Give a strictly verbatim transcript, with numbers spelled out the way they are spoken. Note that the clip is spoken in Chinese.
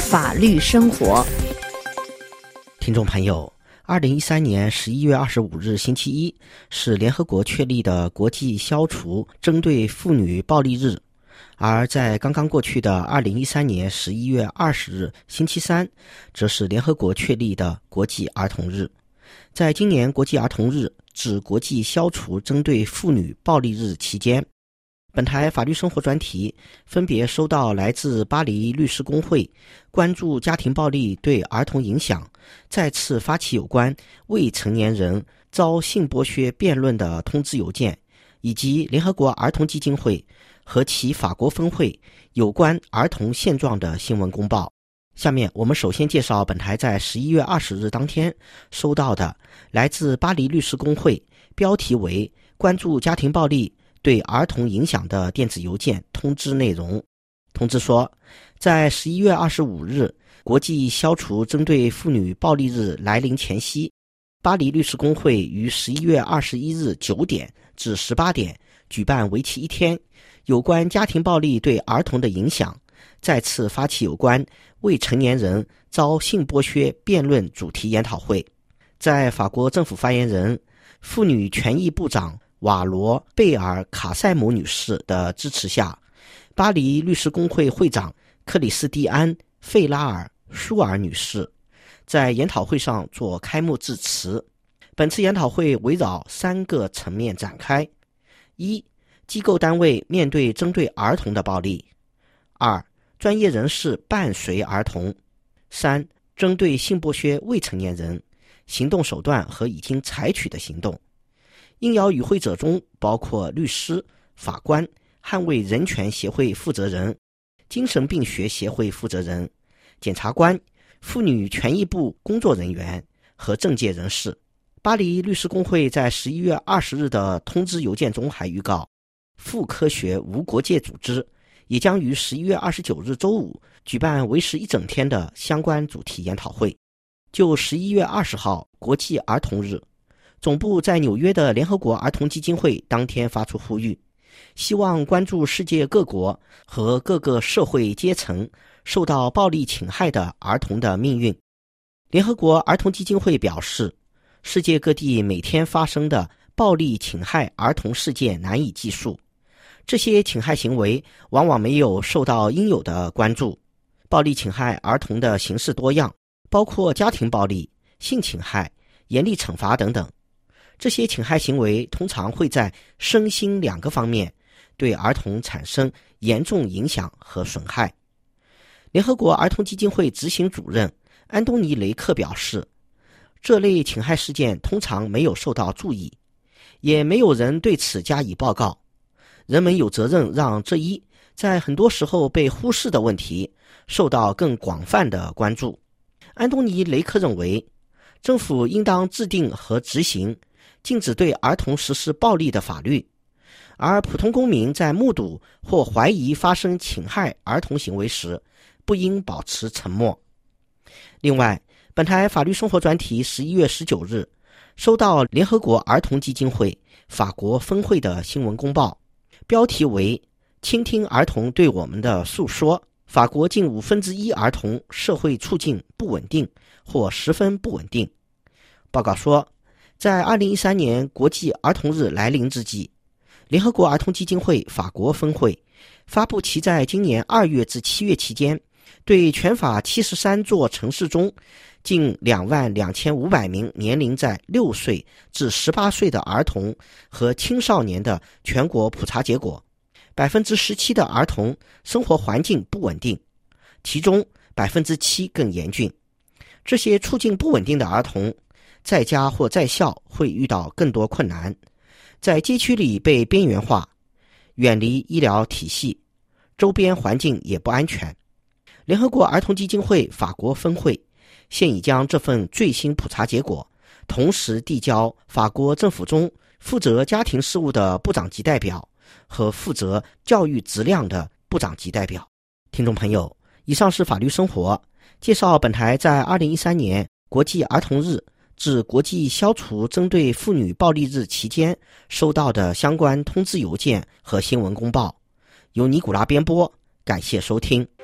法律生活。 听众朋友，二零一三年十一月二十五日星期一是联合国确立的国际消除针对妇女暴力日，而在刚刚过去的二零一三年十一月二十日星期三，则是联合国确立的国际儿童日。在今年国际儿童日至国际消除针对妇女暴力日期间，本台法律生活专题分别收到来自巴黎律师公会关注家庭暴力对儿童影响，再次发起有关未成年人遭性剥削辩论的通知邮件，以及联合国儿童基金会和其法国分会有关儿童现状的新闻公报。下面我们首先介绍本台在十一月二十日当天收到的来自巴黎律师公会标题为关注家庭暴力对儿童影响的电子邮件通知内容。通知说，在十一月二十五日国际消除针对妇女暴力日来临前夕，巴黎律师公会于十一月二十一日九点至十八点举办为期一天有关家庭暴力对儿童的影响，再次发起有关未成年人遭性剥削辩论主题研讨会。在法国政府发言人、妇女权益部长瓦罗贝尔卡塞姆女士的支持下，巴黎律师公会会长克里斯蒂安费拉尔舒尔女士在研讨会上做开幕致辞。本次研讨会围绕三个层面展开：一、机构单位面对针对儿童的暴力；二、专业人士伴随儿童；三、针对性剥削未成年人行动手段和已经采取的行动。应邀与会者中包括律师、法官、捍卫人权协会负责人、精神病学协会负责人、检察官、妇女权益部工作人员和政界人士。巴黎律师公会在十一月二十日的通知邮件中还预告，妇科学无国界组织也将于十一月二十九日周五举办为时一整天的相关主题研讨会。就十一月二十号国际儿童日，总部在纽约的联合国儿童基金会当天发出呼吁，希望关注世界各国和各个社会阶层受到暴力侵害的儿童的命运。联合国儿童基金会表示，世界各地每天发生的暴力侵害儿童事件难以计数，这些侵害行为往往没有受到应有的关注。暴力侵害儿童的形式多样，包括家庭暴力、性侵害、严厉惩罚等等。这些侵害行为通常会在身心两个方面对儿童产生严重影响和损害。联合国儿童基金会执行主任安东尼·雷克表示，这类侵害事件通常没有受到注意，也没有人对此加以报告。人们有责任让这一在很多时候被忽视的问题受到更广泛的关注。安东尼·雷克认为，政府应当制定和执行禁止对儿童实施暴力的法律，而普通公民在目睹或怀疑发生侵害儿童行为时，不应保持沉默。另外，本台法律生活专题十一月十九日收到联合国儿童基金会法国分会的新闻公报，标题为倾听儿童对我们的诉说，法国近五分之一儿童社会处境不稳定或十分不稳定。报告说，在二零一三年国际儿童日来临之际，联合国儿童基金会法国分会发布其在今年二月至七月期间对全法七十三座城市中近两万两千五百名年龄在六岁至十八岁的儿童和青少年的全国普查结果，百分之十七的儿童生活环境不稳定，其中百分之七更严峻。这些处境不稳定的儿童在家或在校会遇到更多困难，在街区里被边缘化，远离医疗体系，周边环境也不安全。联合国儿童基金会法国分会现已将这份最新普查结果同时递交法国政府中负责家庭事务的部长级代表和负责教育质量的部长级代表。听众朋友，以上是法律生活介绍本台在二零一三年国际儿童日至国际消除针对妇女暴力日期间收到的相关通知邮件和新闻公报，由尼古拉编播，感谢收听。